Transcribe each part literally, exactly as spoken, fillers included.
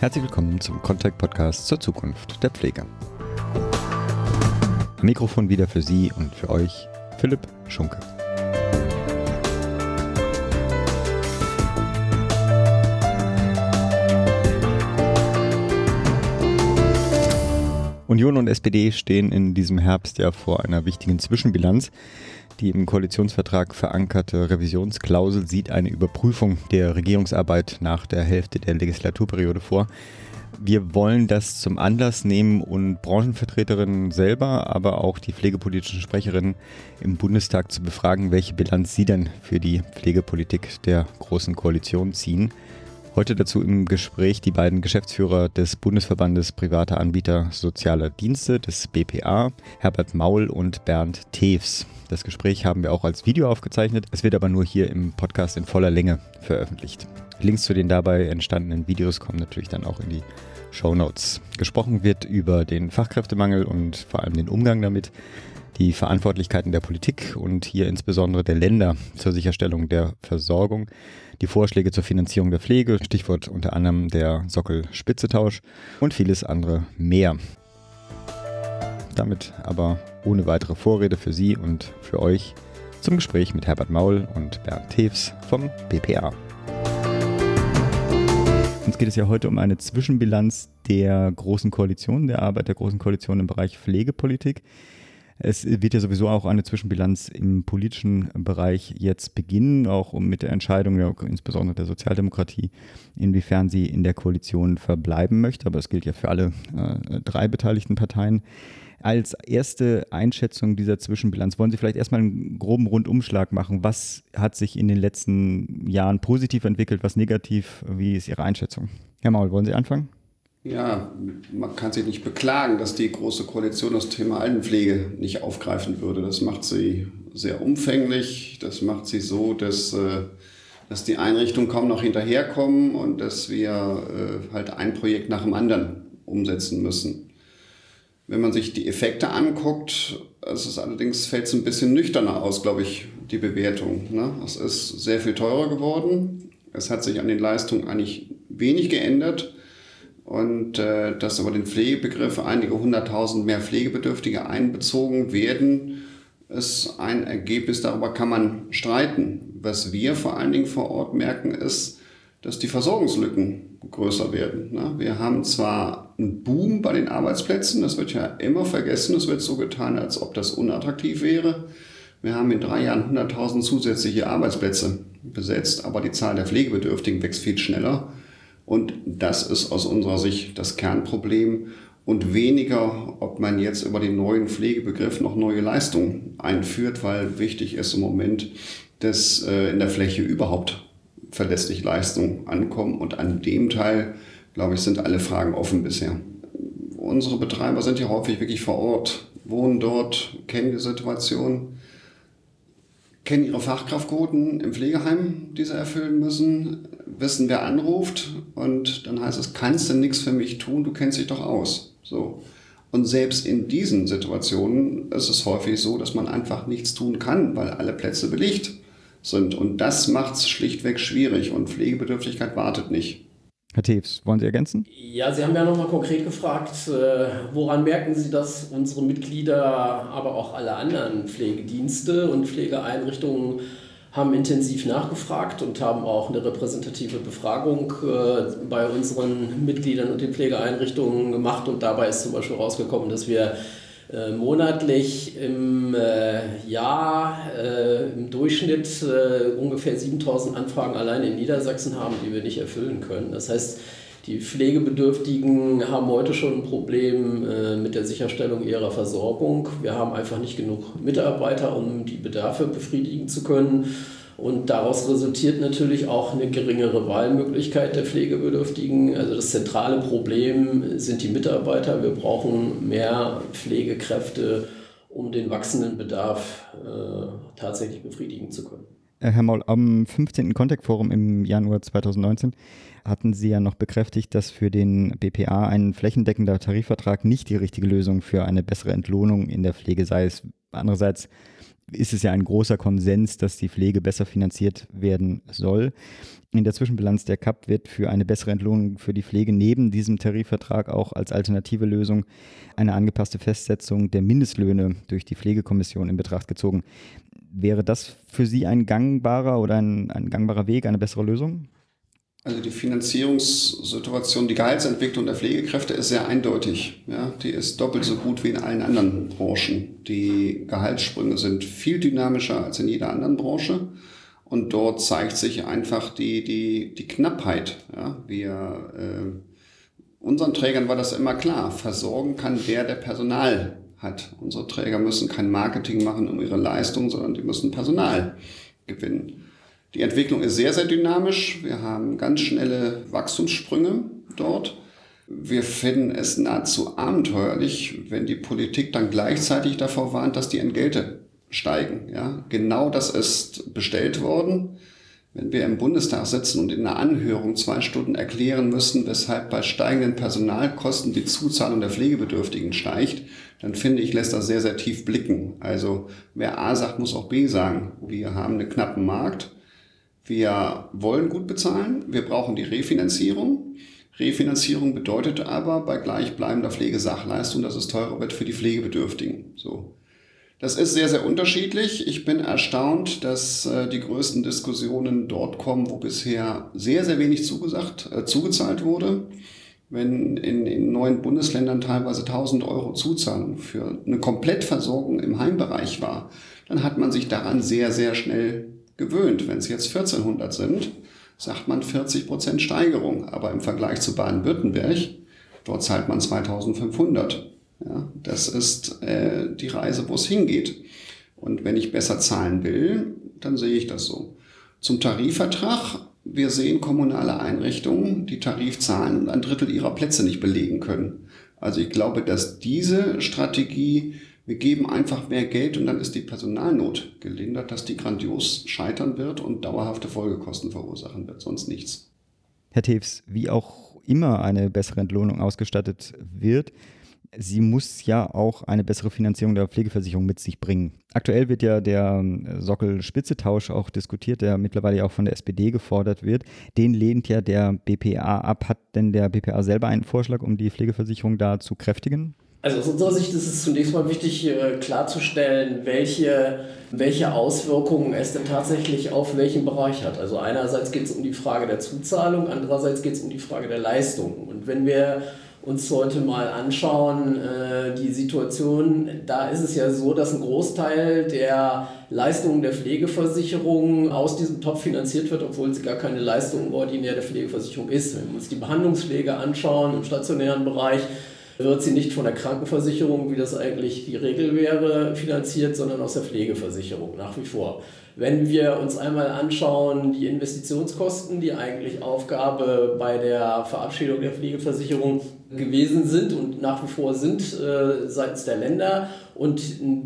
Herzlich willkommen zum Contact-Podcast zur Zukunft der Pflege. Am Mikrofon wieder für Sie und für euch Philipp Schunke. Union und S P D stehen in diesem Herbst ja vor einer wichtigen Zwischenbilanz. Die im Koalitionsvertrag verankerte Revisionsklausel sieht eine Überprüfung der Regierungsarbeit nach der Hälfte der Legislaturperiode vor. Wir wollen das zum Anlass nehmen und Branchenvertreterinnen selber, aber auch die pflegepolitischen Sprecherinnen im Bundestag zu befragen, welche Bilanz sie denn für die Pflegepolitik der Großen Koalition ziehen. Heute dazu im Gespräch die beiden Geschäftsführer des Bundesverbandes privater Anbieter sozialer Dienste, des B P A, Herbert Maul und Bernd Tews. Das Gespräch haben wir auch als Video aufgezeichnet, es wird aber nur hier im Podcast in voller Länge veröffentlicht. Links zu den dabei entstandenen Videos kommen natürlich dann auch in die Shownotes. Gesprochen wird über den Fachkräftemangel und vor allem den Umgang damit, die Verantwortlichkeiten der Politik und hier insbesondere der Länder zur Sicherstellung der Versorgung, die Vorschläge zur Finanzierung der Pflege, Stichwort unter anderem der Sockel-Spitze-Tausch und vieles andere mehr. Damit aber ohne weitere Vorrede für Sie und für euch zum Gespräch mit Herbert Maul und Bernd Tews vom B P A. Uns geht es ja heute um eine Zwischenbilanz der Großen Koalition, der Arbeit der Großen Koalition im Bereich Pflegepolitik. Es wird ja sowieso auch eine Zwischenbilanz im politischen Bereich jetzt beginnen, auch um mit der Entscheidung, ja, insbesondere der Sozialdemokratie, inwiefern sie in der Koalition verbleiben möchte. Aber das gilt ja für alle äh, drei beteiligten Parteien. Als erste Einschätzung dieser Zwischenbilanz wollen Sie vielleicht erstmal einen groben Rundumschlag machen. Was hat sich in den letzten Jahren positiv entwickelt, was negativ? Wie ist Ihre Einschätzung? Herr Maul, wollen Sie anfangen? Ja, man kann sich nicht beklagen, dass die Große Koalition das Thema Altenpflege nicht aufgreifen würde. Das macht sie sehr umfänglich. Das macht sie so, dass, dass die Einrichtungen kaum noch hinterherkommen und dass wir halt ein Projekt nach dem anderen umsetzen müssen. Wenn man sich die Effekte anguckt, es ist allerdings, fällt es ein bisschen nüchterner aus, glaube ich, die Bewertung. Ne? Es ist sehr viel teurer geworden. Es hat sich an den Leistungen eigentlich wenig geändert. Und äh, dass über den Pflegebegriff einige hunderttausend mehr Pflegebedürftige einbezogen werden, ist ein Ergebnis, darüber kann man streiten. Was wir vor allen Dingen vor Ort merken, ist, dass die Versorgungslücken größer werden. Ne? Wir haben zwar einen Boom bei den Arbeitsplätzen, das wird ja immer vergessen, es wird so getan, als ob das unattraktiv wäre. Wir haben in drei Jahren hunderttausend zusätzliche Arbeitsplätze besetzt, aber die Zahl der Pflegebedürftigen wächst viel schneller. Und das ist aus unserer Sicht das Kernproblem und weniger, ob man jetzt über den neuen Pflegebegriff noch neue Leistungen einführt, weil wichtig ist im Moment, dass äh, in der Fläche überhaupt verlässlich Leistungen ankommen. Und an dem Teil, glaube ich, sind alle Fragen offen bisher. Unsere Betreiber sind ja häufig wirklich vor Ort, wohnen dort, kennen die Situation, kennen ihre Fachkraftquoten im Pflegeheim, die sie erfüllen müssen, wissen, wer anruft und dann heißt es, kannst du nichts für mich tun, du kennst dich doch aus. So. Und selbst in diesen Situationen ist es häufig so, dass man einfach nichts tun kann, weil alle Plätze belegt sind. Und das macht es schlichtweg schwierig und Pflegebedürftigkeit wartet nicht. Herr Tews, wollen Sie ergänzen? Ja, Sie haben ja nochmal konkret gefragt, äh, woran merken Sie, dass unsere Mitglieder, aber auch alle anderen Pflegedienste und Pflegeeinrichtungen haben intensiv nachgefragt und haben auch eine repräsentative Befragung äh, bei unseren Mitgliedern und den Pflegeeinrichtungen gemacht. Und dabei ist zum Beispiel rausgekommen, dass wir äh, monatlich im äh, Jahr äh, im Durchschnitt äh, ungefähr siebentausend Anfragen allein in Niedersachsen haben, die wir nicht erfüllen können. Das heißt, die Pflegebedürftigen haben heute schon ein Problem äh, mit der Sicherstellung ihrer Versorgung. Wir haben einfach nicht genug Mitarbeiter, um die Bedarfe befriedigen zu können. Und daraus resultiert natürlich auch eine geringere Wahlmöglichkeit der Pflegebedürftigen. Also das zentrale Problem sind die Mitarbeiter. Wir brauchen mehr Pflegekräfte, um den wachsenden Bedarf äh, tatsächlich befriedigen zu können. Herr Maul, am fünfzehnten Contact Forum im Januar zweitausendneunzehn hatten Sie ja noch bekräftigt, dass für den B P A ein flächendeckender Tarifvertrag nicht die richtige Lösung für eine bessere Entlohnung in der Pflege sei. Es andererseits ist es ja ein großer Konsens, dass die Pflege besser finanziert werden soll. In der Zwischenbilanz der K A P wird für eine bessere Entlohnung für die Pflege neben diesem Tarifvertrag auch als alternative Lösung eine angepasste Festsetzung der Mindestlöhne durch die Pflegekommission in Betracht gezogen. Wäre das für Sie ein gangbarer oder ein, ein gangbarer Weg, eine bessere Lösung? Also die Finanzierungssituation, die Gehaltsentwicklung der Pflegekräfte ist sehr eindeutig. Ja, die ist doppelt so gut wie in allen anderen Branchen. Die Gehaltssprünge sind viel dynamischer als in jeder anderen Branche. Und dort zeigt sich einfach die, die, die Knappheit. Ja, wir, äh, unseren Trägern war das immer klar. Versorgen kann der, der Personal hat. Unsere Träger müssen kein Marketing machen um ihre Leistung, sondern die müssen Personal gewinnen. Die Entwicklung ist sehr, sehr dynamisch. Wir haben ganz schnelle Wachstumssprünge dort. Wir finden es nahezu abenteuerlich, wenn die Politik dann gleichzeitig davor warnt, dass die Entgelte steigen. Ja, genau das ist bestellt worden. Wenn wir im Bundestag sitzen und in einer Anhörung zwei Stunden erklären müssen, weshalb bei steigenden Personalkosten die Zuzahlung der Pflegebedürftigen steigt, dann finde ich, lässt das sehr, sehr tief blicken. Also wer A sagt, muss auch B sagen. Wir haben einen knappen Markt. Wir wollen gut bezahlen, wir brauchen die Refinanzierung. Refinanzierung bedeutet aber bei gleichbleibender Pflegesachleistung, dass es teurer wird für die Pflegebedürftigen. So. Das ist sehr, sehr unterschiedlich. Ich bin erstaunt, dass äh, die größten Diskussionen dort kommen, wo bisher sehr, sehr wenig zugesagt, äh, zugezahlt wurde. Wenn in, in neuen Bundesländern teilweise tausend Euro Zuzahlung für eine Komplettversorgung im Heimbereich war, dann hat man sich daran sehr, sehr schnell gewöhnt. Wenn es jetzt vierzehnhundert sind, sagt man vierzig Prozent Steigerung. Aber im Vergleich zu Baden-Württemberg, dort zahlt man zweitausendfünfhundert. Ja, das ist äh, die Reise, wo es hingeht. Und wenn ich besser zahlen will, dann sehe ich das so. Zum Tarifvertrag. Wir sehen kommunale Einrichtungen, die Tarif zahlen und ein Drittel ihrer Plätze nicht belegen können. Also ich glaube, dass diese Strategie, wir geben einfach mehr Geld und dann ist die Personalnot gelindert, dass die grandios scheitern wird und dauerhafte Folgekosten verursachen wird, sonst nichts. Herr Tews, wie auch immer eine bessere Entlohnung ausgestattet wird, sie muss ja auch eine bessere Finanzierung der Pflegeversicherung mit sich bringen. Aktuell wird ja der Sockel-Spitze-Tausch auch diskutiert, der mittlerweile auch von der S P D gefordert wird. Den lehnt ja der B P A ab. Hat denn der B P A selber einen Vorschlag, um die Pflegeversicherung da zu kräftigen? Also aus unserer Sicht ist es zunächst mal wichtig, klarzustellen, welche, welche Auswirkungen es denn tatsächlich auf welchen Bereich hat. Also einerseits geht es um die Frage der Zuzahlung, andererseits geht es um die Frage der Leistung. Und wenn wir uns heute mal anschauen, die Situation, da ist es ja so, dass ein Großteil der Leistungen der Pflegeversicherung aus diesem Topf finanziert wird, obwohl sie gar keine Leistung ordinär der Pflegeversicherung ist. Wenn wir uns die Behandlungspflege anschauen im stationären Bereich, wird sie nicht von der Krankenversicherung, wie das eigentlich die Regel wäre, finanziert, sondern aus der Pflegeversicherung nach wie vor. Wenn wir uns einmal anschauen, die Investitionskosten, die eigentlich Aufgabe bei der Verabschiedung der Pflegeversicherung gewesen sind und nach wie vor sind äh, seitens der Länder und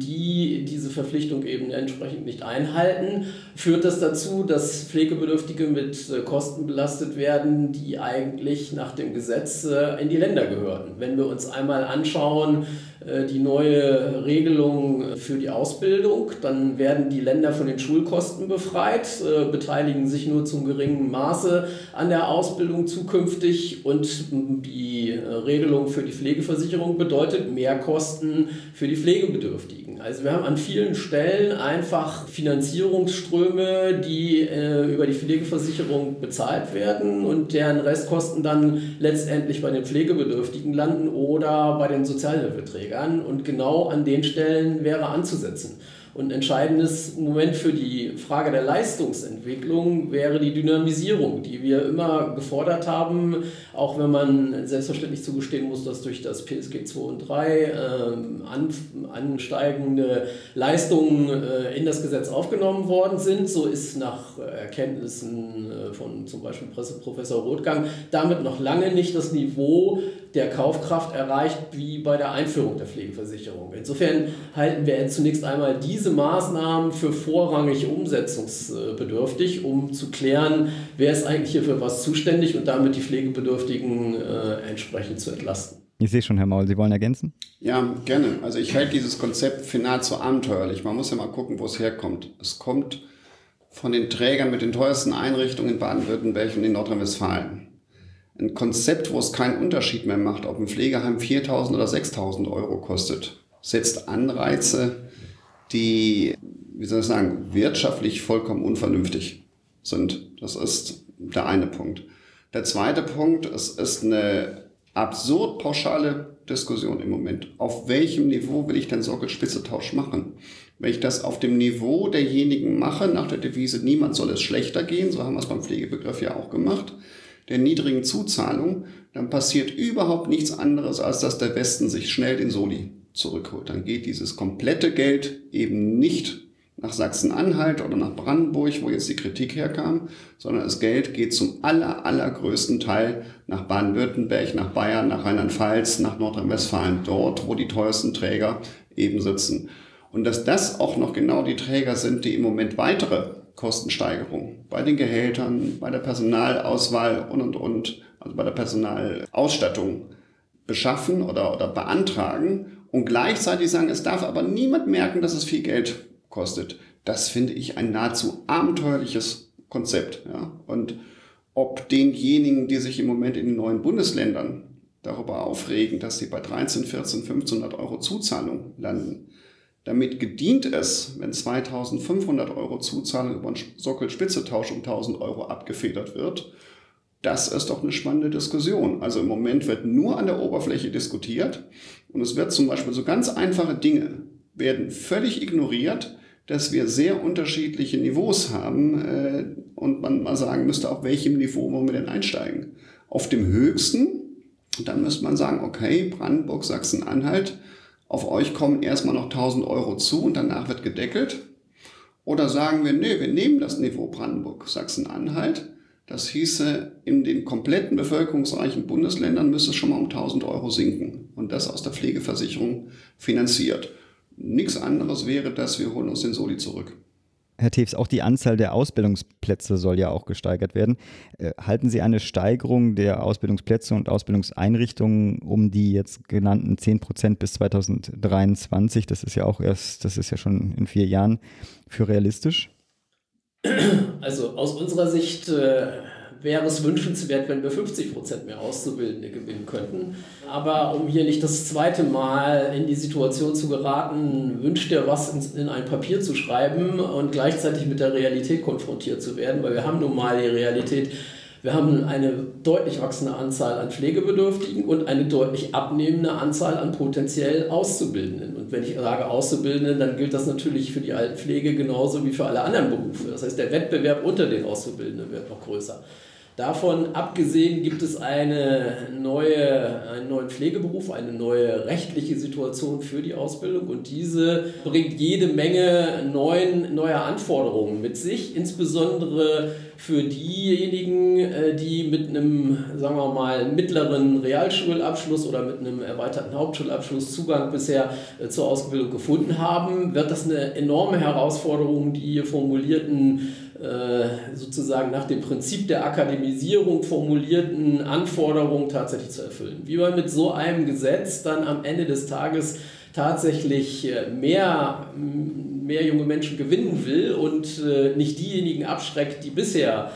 die diese Verpflichtung eben entsprechend nicht einhalten, führt das dazu, dass Pflegebedürftige mit äh, Kosten belastet werden, die eigentlich nach dem Gesetz äh, in die Länder gehören. Wenn wir uns einmal anschauen, äh, die neue Regelung für die Ausbildung, dann werden die Länder von den Schulkosten befreit, äh, beteiligen sich nur zum geringen Maße an der Ausbildung zukünftig und die äh, Regelung für die Pflegeversicherung bedeutet Mehrkosten für die Pflegebedürftigen. Also wir haben an vielen Stellen einfach Finanzierungsströme, die äh, über die Pflegeversicherung bezahlt werden und deren Restkosten dann letztendlich bei den Pflegebedürftigen landen oder bei den Sozialhilfeträgern. Und genau an den Stellen wäre anzusetzen. Und ein entscheidendes Moment für die Frage der Leistungsentwicklung wäre die Dynamisierung, die wir immer gefordert haben, auch wenn man selbstverständlich zugestehen muss, dass durch das P S G zwei und drei äh, an, ansteigende Leistungen äh, in das Gesetz aufgenommen worden sind. So ist nach Erkenntnissen äh, von zum Beispiel Professor Rothgang damit noch lange nicht das Niveau der Kaufkraft erreicht wie bei der Einführung der Pflegeversicherung. Insofern halten wir zunächst einmal diese Maßnahmen für vorrangig umsetzungsbedürftig, um zu klären, wer ist eigentlich hier für was zuständig und damit die Pflegebedürftigen äh, entsprechend zu entlasten. Ich sehe schon, Herr Maul, Sie wollen ergänzen? Ja, gerne. Also ich halte dieses Konzept für nahezu abenteuerlich. Man muss ja mal gucken, wo es herkommt. Es kommt von den Trägern mit den teuersten Einrichtungen in Baden-Württemberg und in Nordrhein-Westfalen. Ein Konzept, wo es keinen Unterschied mehr macht, ob ein Pflegeheim viertausend oder sechstausend Euro kostet, setzt Anreize, die, wie soll ich sagen, wirtschaftlich vollkommen unvernünftig sind. Das ist der eine Punkt. Der zweite Punkt, es ist eine absurd pauschale Diskussion im Moment. Auf welchem Niveau will ich denn Sockelspitze-Tausch machen? Wenn ich das auf dem Niveau derjenigen mache, nach der Devise, niemand soll es schlechter gehen, so haben wir es beim Pflegebegriff ja auch gemacht, der niedrigen Zuzahlung, dann passiert überhaupt nichts anderes, als dass der Westen sich schnell den Soli zurückholt. Dann geht dieses komplette Geld eben nicht nach Sachsen-Anhalt oder nach Brandenburg, wo jetzt die Kritik herkam, sondern das Geld geht zum aller, allergrößten Teil nach Baden-Württemberg, nach Bayern, nach Rheinland-Pfalz, nach Nordrhein-Westfalen, dort, wo die teuersten Träger eben sitzen. Und dass das auch noch genau die Träger sind, die im Moment weitere Kostensteigerungen bei den Gehältern, bei der Personalauswahl und, und, und, also bei der Personalausstattung beschaffen oder, oder beantragen und gleichzeitig sagen, es darf aber niemand merken, dass es viel Geld kostet. Das finde ich ein nahezu abenteuerliches Konzept. Ja? Und ob denjenigen, die sich im Moment in den neuen Bundesländern darüber aufregen, dass sie bei dreizehn, vierzehn, fünfzehnhundert Euro Zuzahlung landen, damit gedient ist, wenn zweitausendfünfhundert Euro Zuzahlung über einen Sockel-Spitze-Tausch um tausend Euro abgefedert wird, das ist doch eine spannende Diskussion. Also im Moment wird nur an der Oberfläche diskutiert und es wird zum Beispiel so ganz einfache Dinge werden völlig ignoriert, dass wir sehr unterschiedliche Niveaus haben äh, und man mal sagen müsste, auf welchem Niveau wollen wir denn einsteigen. Auf dem höchsten, dann müsste man sagen, okay, Brandenburg, Sachsen-Anhalt, auf euch kommen erstmal noch tausend Euro zu und danach wird gedeckelt. Oder sagen wir, nee, wir nehmen das Niveau Brandenburg, Sachsen-Anhalt. Das hieße, in den kompletten bevölkerungsreichen Bundesländern müsste es schon mal um tausend Euro sinken und das aus der Pflegeversicherung finanziert. Nichts anderes wäre, dass wir holen uns den Soli zurück. Herr Tews, auch die Anzahl der Ausbildungsplätze soll ja auch gesteigert werden. Äh, halten Sie eine Steigerung der Ausbildungsplätze und Ausbildungseinrichtungen um die jetzt genannten zehn Prozent bis zweitausenddreiundzwanzig, das ist ja auch erst, das ist ja schon in vier Jahren, für realistisch? Also aus unserer Sicht äh, wäre es wünschenswert, wenn wir fünfzig Prozent mehr Auszubildende gewinnen könnten. Aber um hier nicht das zweite Mal in die Situation zu geraten, wünscht er was in, in ein Papier zu schreiben und gleichzeitig mit der Realität konfrontiert zu werden, weil wir haben nun mal die Realität, wir haben eine deutlich wachsende Anzahl an Pflegebedürftigen und eine deutlich abnehmende Anzahl an potenziell Auszubildenden. Und wenn ich sage Auszubildenden, dann gilt das natürlich für die Altenpflege genauso wie für alle anderen Berufe. Das heißt, der Wettbewerb unter den Auszubildenden wird noch größer. Davon abgesehen gibt es eine neue, einen neuen Pflegeberuf, eine neue rechtliche Situation für die Ausbildung und diese bringt jede Menge neuen, neuer Anforderungen mit sich, insbesondere für diejenigen, die mit einem, sagen wir mal, mittleren Realschulabschluss oder mit einem erweiterten Hauptschulabschluss Zugang bisher zur Ausbildung gefunden haben, wird das eine enorme Herausforderung, die hier formulierten sozusagen nach dem Prinzip der Akademisierung formulierten Anforderungen tatsächlich zu erfüllen. Wie man mit so einem Gesetz dann am Ende des Tages tatsächlich mehr, mehr junge Menschen gewinnen will und nicht diejenigen abschreckt, die bisher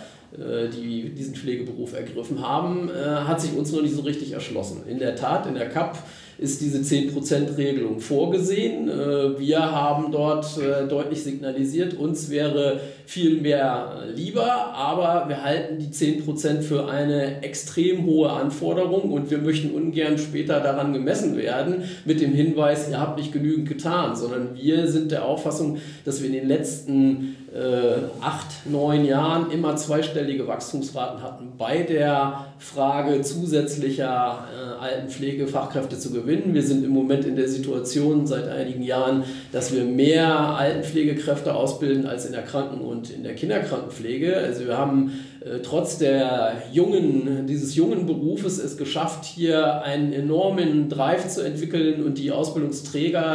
die diesen Pflegeberuf ergriffen haben, hat sich uns noch nicht so richtig erschlossen. In der Tat, in der K A P ist diese zehn Prozent Regelung vorgesehen. Wir haben dort deutlich signalisiert, uns wäre viel mehr lieber, aber wir halten die zehn Prozent für eine extrem hohe Anforderung und wir möchten ungern später daran gemessen werden mit dem Hinweis, ihr habt nicht genügend getan, sondern wir sind der Auffassung, dass wir in den letzten äh, acht, neun Jahren immer zweistellige Wachstumsraten hatten bei der Frage zusätzlicher äh, Altenpflegefachkräfte zu gewinnen. Wir sind im Moment in der Situation seit einigen Jahren, dass wir mehr Altenpflegekräfte ausbilden als in der Kranken- und in der Kinderkrankenpflege. Also wir haben äh, trotz der jungen, dieses jungen Berufes es geschafft, hier einen enormen Drive zu entwickeln und die Ausbildungsträger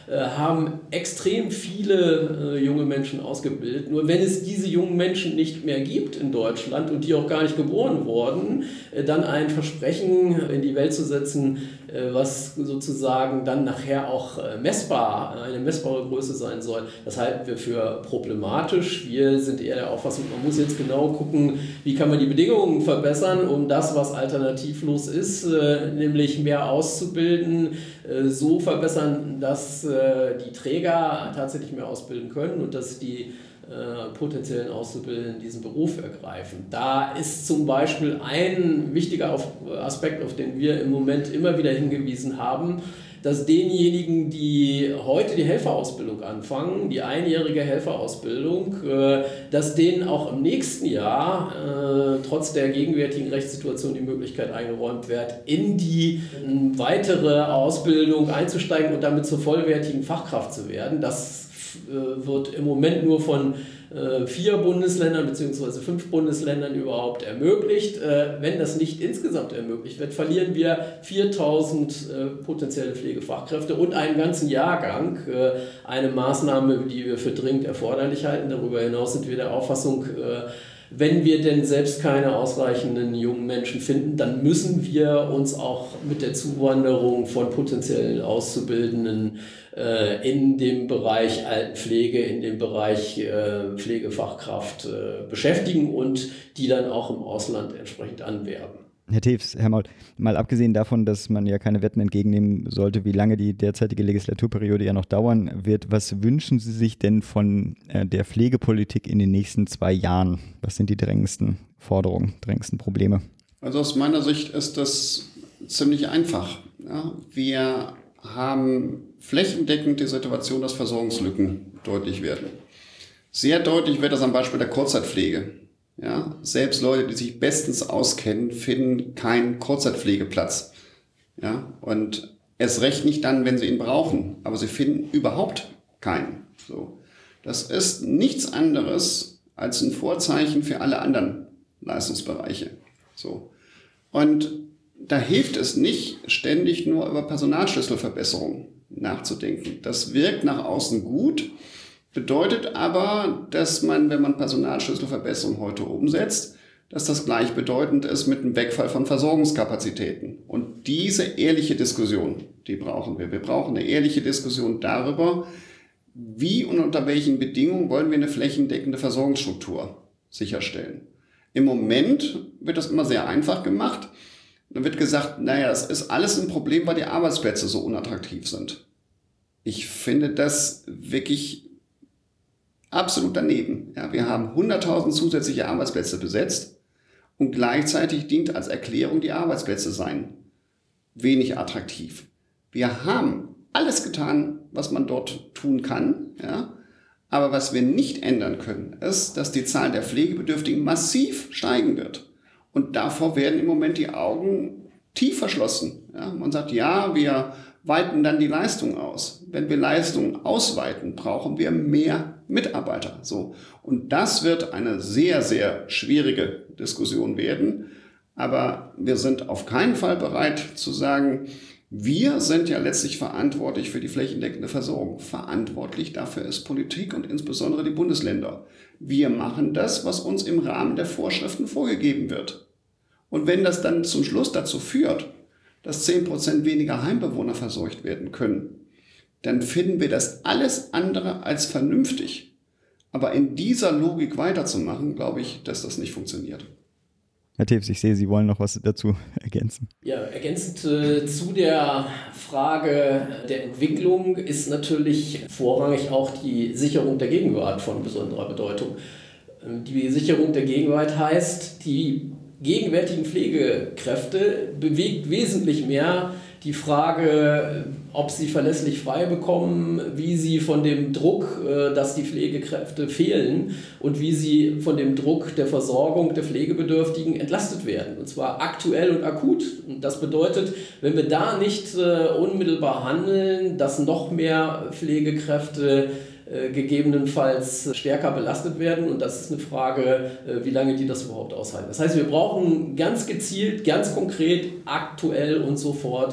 haben extrem viele äh, junge Menschen ausgebildet. Nur wenn es diese jungen Menschen nicht mehr gibt in Deutschland und die auch gar nicht geboren wurden, äh, dann ein Versprechen in die Welt zu setzen, äh, was sozusagen dann nachher auch äh, messbar, eine messbare Größe sein soll, das halten wir für problematisch. Wir sind eher der Auffassung, man muss jetzt genau gucken, wie kann man die Bedingungen verbessern, um das, was alternativlos ist, äh, nämlich mehr auszubilden, äh, so verbessern, dass äh, die Träger tatsächlich mehr ausbilden können und dass die äh, potenziellen Auszubildenden diesen Beruf ergreifen. Da ist zum Beispiel ein wichtiger Aspekt, auf den wir im Moment immer wieder hingewiesen haben, dass denjenigen, die heute die Helferausbildung anfangen, die einjährige Helferausbildung, äh, dass denen auch im nächsten Jahr, äh, trotz der gegenwärtigen Rechtssituation, die Möglichkeit eingeräumt wird, in die äh, weitere Ausbildung einzusteigen und damit zur vollwertigen Fachkraft zu werden. Das äh, wird im Moment nur von äh, vier Bundesländern bzw. fünf Bundesländern überhaupt ermöglicht. Äh, wenn das nicht insgesamt ermöglicht wird, verlieren wir viertausend äh, potenzielle Pflegefachkräfte und einen ganzen Jahrgang. Äh, eine Maßnahme, die wir für dringend erforderlich halten. Darüber hinaus sind wir der Auffassung, äh, wenn wir denn selbst keine ausreichenden jungen Menschen finden, dann müssen wir uns auch mit der Zuwanderung von potenziell Auszubildenden äh, in dem Bereich Altenpflege, in dem Bereich äh, Pflegefachkraft äh, beschäftigen und die dann auch im Ausland entsprechend anwerben. Herr Tews, Herr Maul, mal abgesehen davon, dass man ja keine Wetten entgegennehmen sollte, wie lange die derzeitige Legislaturperiode ja noch dauern wird, was wünschen Sie sich denn von äh, der Pflegepolitik in den nächsten zwei Jahren? Was sind die drängendsten Forderungen, drängendsten Probleme? Also aus meiner Sicht ist das ziemlich einfach. Ja, wir haben flächendeckend die Situation, dass Versorgungslücken deutlich werden. Sehr deutlich wird das am Beispiel der Kurzzeitpflege. Ja, selbst Leute, die sich bestens auskennen, finden keinen Kurzzeitpflegeplatz. Ja, und erst recht nicht dann, wenn sie ihn brauchen. Aber sie finden überhaupt keinen. So. Das ist nichts anderes als ein Vorzeichen für alle anderen Leistungsbereiche. So. Und da hilft es nicht, ständig nur über Personalschlüsselverbesserungen nachzudenken. Das wirkt nach außen gut, bedeutet aber, dass man, wenn man Personalschlüsselverbesserungen heute umsetzt, dass das gleichbedeutend ist mit dem Wegfall von Versorgungskapazitäten. Und diese ehrliche Diskussion, die brauchen wir. Wir brauchen eine ehrliche Diskussion darüber, wie und unter welchen Bedingungen wollen wir eine flächendeckende Versorgungsstruktur sicherstellen. Im Moment wird das immer sehr einfach gemacht. Dann wird gesagt, naja, das ist alles ein Problem, weil die Arbeitsplätze so unattraktiv sind. Ich finde das wirklich absolut daneben. Ja, wir haben hunderttausend zusätzliche Arbeitsplätze besetzt und gleichzeitig dient als Erklärung, die Arbeitsplätze seien wenig attraktiv. Wir haben alles getan, was man dort tun kann, ja, aber was wir nicht ändern können, ist, dass die Zahl der Pflegebedürftigen massiv steigen wird. Und davor werden im Moment die Augen tief verschlossen. Ja, man sagt, ja, wir weiten dann die Leistung aus. Wenn wir Leistungen ausweiten, brauchen wir mehr Mitarbeiter. So. Und das wird eine sehr, sehr schwierige Diskussion werden. Aber wir sind auf keinen Fall bereit zu sagen, wir sind ja letztlich verantwortlich für die flächendeckende Versorgung. Verantwortlich dafür ist Politik und insbesondere die Bundesländer. Wir machen das, was uns im Rahmen der Vorschriften vorgegeben wird. Und wenn das dann zum Schluss dazu führt, dass zehn Prozent weniger Heimbewohner versorgt werden können, dann finden wir das alles andere als vernünftig. Aber in dieser Logik weiterzumachen, glaube ich, dass das nicht funktioniert. Herr Tews, ich sehe, Sie wollen noch was dazu ergänzen. Ja, ergänzend äh, zu der Frage der Entwicklung ist natürlich vorrangig auch die Sicherung der Gegenwart von besonderer Bedeutung. Die Sicherung der Gegenwart heißt, die gegenwärtigen Pflegekräfte bewegt wesentlich mehr die Frage, ob sie verlässlich frei bekommen, wie sie von dem Druck, dass die Pflegekräfte fehlen und wie sie von dem Druck der Versorgung der Pflegebedürftigen entlastet werden. Und zwar aktuell und akut. Und das bedeutet, wenn wir da nicht unmittelbar handeln, dass noch mehr Pflegekräfte gegebenenfalls stärker belastet werden. Und das ist eine Frage, wie lange die das überhaupt aushalten. Das heißt, wir brauchen ganz gezielt, ganz konkret, aktuell und sofort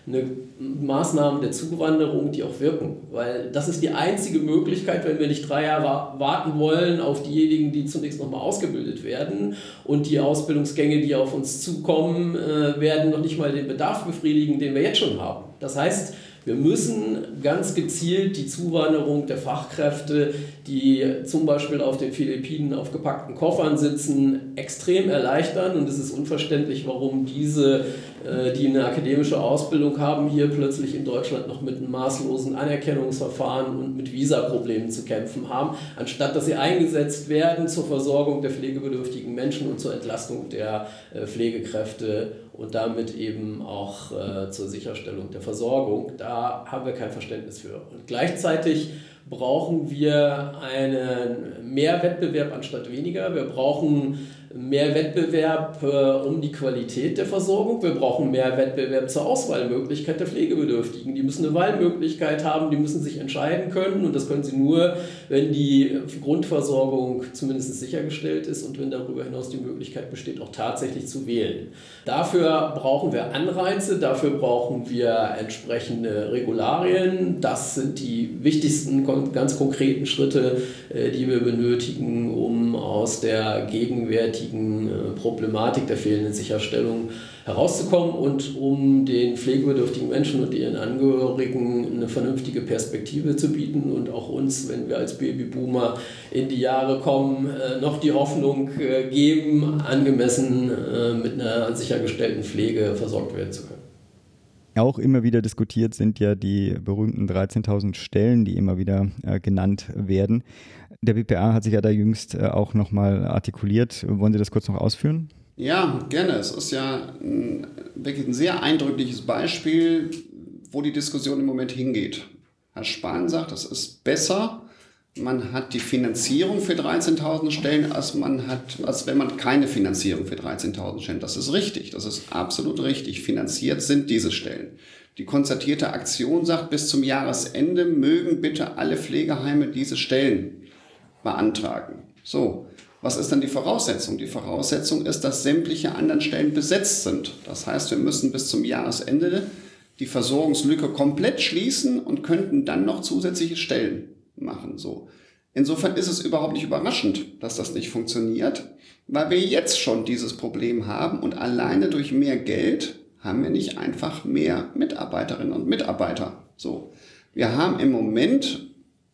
eine Maßnahmen der Zuwanderung, die auch wirken. Weil das ist die einzige Möglichkeit, wenn wir nicht drei Jahre warten wollen auf diejenigen, die zunächst nochmal ausgebildet werden und die Ausbildungsgänge, die auf uns zukommen, werden noch nicht mal den Bedarf befriedigen, den wir jetzt schon haben. Das heißt, wir müssen ganz gezielt die Zuwanderung der Fachkräfte, die zum Beispiel auf den Philippinen auf gepackten Koffern sitzen, extrem erleichtern. Und es ist unverständlich, warum diese, die eine akademische Ausbildung haben, hier plötzlich in Deutschland noch mit einem maßlosen Anerkennungsverfahren und mit Visaproblemen zu kämpfen haben, anstatt dass sie eingesetzt werden zur Versorgung der pflegebedürftigen Menschen und zur Entlastung der Pflegekräfte und damit eben auch äh, zur Sicherstellung der Versorgung. Da haben wir kein Verständnis für. Und gleichzeitig brauchen wir einen mehr Wettbewerb anstatt weniger. Wir brauchen mehr Wettbewerb äh, um die Qualität der Versorgung. Wir brauchen mehr Wettbewerb zur Auswahlmöglichkeit der Pflegebedürftigen. Die müssen eine Wahlmöglichkeit haben, die müssen sich entscheiden können. Und das können sie nur, wenn die Grundversorgung zumindest sichergestellt ist und wenn darüber hinaus die Möglichkeit besteht, auch tatsächlich zu wählen. Dafür brauchen wir Anreize, dafür brauchen wir entsprechende Regularien. Das sind die wichtigsten, ganz konkreten Schritte, äh, die wir benötigen, um aus der gegenwärtigen Problematik der fehlenden Sicherstellung herauszukommen und um den pflegebedürftigen Menschen und ihren Angehörigen eine vernünftige Perspektive zu bieten und auch uns, wenn wir als Babyboomer in die Jahre kommen, noch die Hoffnung geben, angemessen mit einer sichergestellten Pflege versorgt werden zu können. Auch immer wieder diskutiert sind ja die berühmten dreizehntausend Stellen, die immer wieder äh, genannt werden. Der B P A hat sich ja da jüngst äh, auch nochmal artikuliert. Wollen Sie das kurz noch ausführen? Ja, gerne. Es ist ja ein, wirklich ein sehr eindrückliches Beispiel, wo die Diskussion im Moment hingeht. Herr Spahn sagt, es ist besser, man hat die Finanzierung für dreizehntausend Stellen, als, man hat, als wenn man keine Finanzierung für dreizehntausend Stellen. Das ist richtig, das ist absolut richtig. Finanziert sind diese Stellen. Die konzertierte Aktion sagt, bis zum Jahresende mögen bitte alle Pflegeheime diese Stellen beantragen. So, was ist dann die Voraussetzung? Die Voraussetzung ist, dass sämtliche anderen Stellen besetzt sind. Das heißt, wir müssen bis zum Jahresende die Versorgungslücke komplett schließen und könnten dann noch zusätzliche Stellen machen. So. Insofern ist es überhaupt nicht überraschend, dass das nicht funktioniert, weil wir jetzt schon dieses Problem haben und alleine durch mehr Geld haben wir nicht einfach mehr Mitarbeiterinnen und Mitarbeiter. So. Wir haben im Moment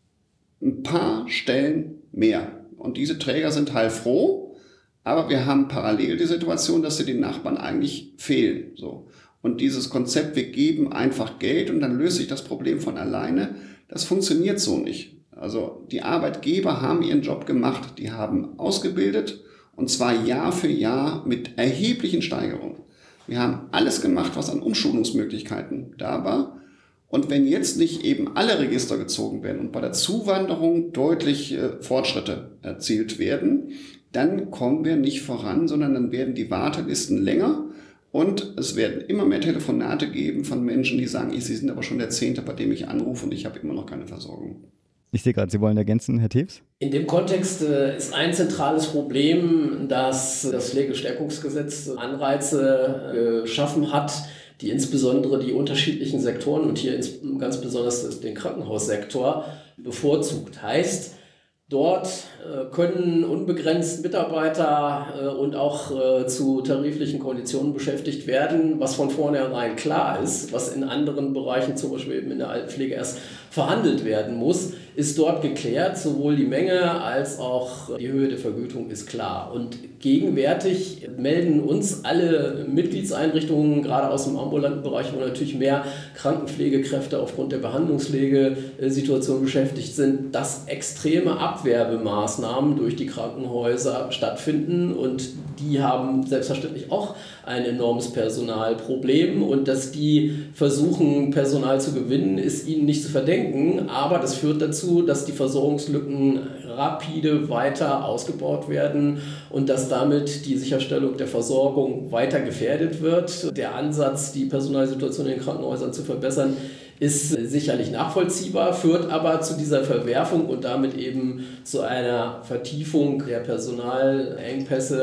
ein paar Stellen mehr und diese Träger sind heilfroh, aber wir haben parallel die Situation, dass sie den Nachbarn eigentlich fehlen. So. Und dieses Konzept, wir geben einfach Geld und dann löst sich das Problem von alleine, das funktioniert so nicht. Also die Arbeitgeber haben ihren Job gemacht, die haben ausgebildet und zwar Jahr für Jahr mit erheblichen Steigerungen. Wir haben alles gemacht, was an Umschulungsmöglichkeiten da war. Und wenn jetzt nicht eben alle Register gezogen werden und bei der Zuwanderung deutlich äh, Fortschritte erzielt werden, dann kommen wir nicht voran, sondern dann werden die Wartelisten länger. Und es werden immer mehr Telefonate geben von Menschen, die sagen, Sie sind aber schon der Zehnte, bei dem ich anrufe und ich habe immer noch keine Versorgung. Ich sehe gerade, Sie wollen ergänzen, Herr Tews? In dem Kontext äh, ist ein zentrales Problem, dass das Pflegestärkungsgesetz Anreize äh, geschaffen hat, die insbesondere die unterschiedlichen Sektoren und hier ins, ganz besonders den Krankenhaussektor bevorzugt. Heißt, dort äh, können unbegrenzt Mitarbeiter äh, und auch äh, zu tariflichen Konditionen beschäftigt werden, was von vornherein klar ist, was in anderen Bereichen, zum Beispiel eben in der Altenpflege, erst verhandelt werden muss, ist dort geklärt. Sowohl die Menge als auch die Höhe der Vergütung ist klar. Und gegenwärtig melden uns alle Mitgliedseinrichtungen, gerade aus dem ambulanten Bereich, wo natürlich mehr Krankenpflegekräfte aufgrund der Behandlungspflegesituation beschäftigt sind, dass extreme Abwerbemaßnahmen durch die Krankenhäuser stattfinden und die haben selbstverständlich auch ein enormes Personalproblem und dass die versuchen, Personal zu gewinnen, ist ihnen nicht zu verdenken, aber das führt dazu, dass die Versorgungslücken rapide weiter ausgebaut werden und dass damit die Sicherstellung der Versorgung weiter gefährdet wird. Der Ansatz, die Personalsituation in den Krankenhäusern zu verbessern, ist sicherlich nachvollziehbar, führt aber zu dieser Verwerfung und damit eben zu einer Vertiefung der Personalengpässe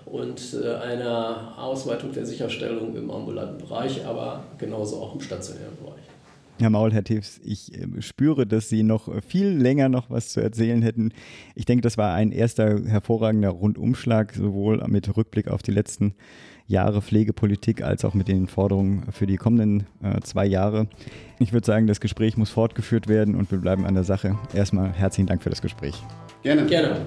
und äh, einer Ausweitung der Sicherstellung im ambulanten Bereich, aber genauso auch im stationären Bereich. Herr Maul, Herr Tews, ich äh, spüre, dass Sie noch viel länger noch was zu erzählen hätten. Ich denke, das war ein erster hervorragender Rundumschlag, sowohl mit Rückblick auf die letzten Jahre Pflegepolitik als auch mit den Forderungen für die kommenden äh, zwei Jahre. Ich würde sagen, das Gespräch muss fortgeführt werden und wir bleiben an der Sache. Erstmal herzlichen Dank für das Gespräch. Gerne. Gerne.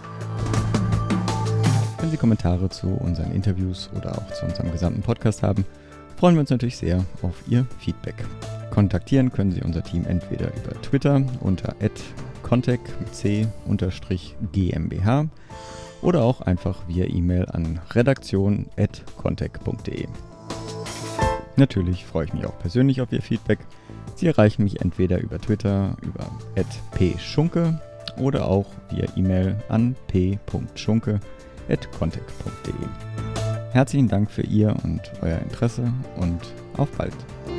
Wenn Sie Kommentare zu unseren Interviews oder auch zu unserem gesamten Podcast haben, freuen wir uns natürlich sehr auf Ihr Feedback. Kontaktieren können Sie unser Team entweder über Twitter unter at contec mit c unterstrich gmbh oder auch einfach via E-Mail an redaktion at contec punkt de. Natürlich freue ich mich auch persönlich auf Ihr Feedback. Sie erreichen mich entweder über Twitter über at pschunke oder auch via E-Mail an p punkt schunke at contec punkt de. Herzlichen Dank für Ihr und euer Interesse und auf bald!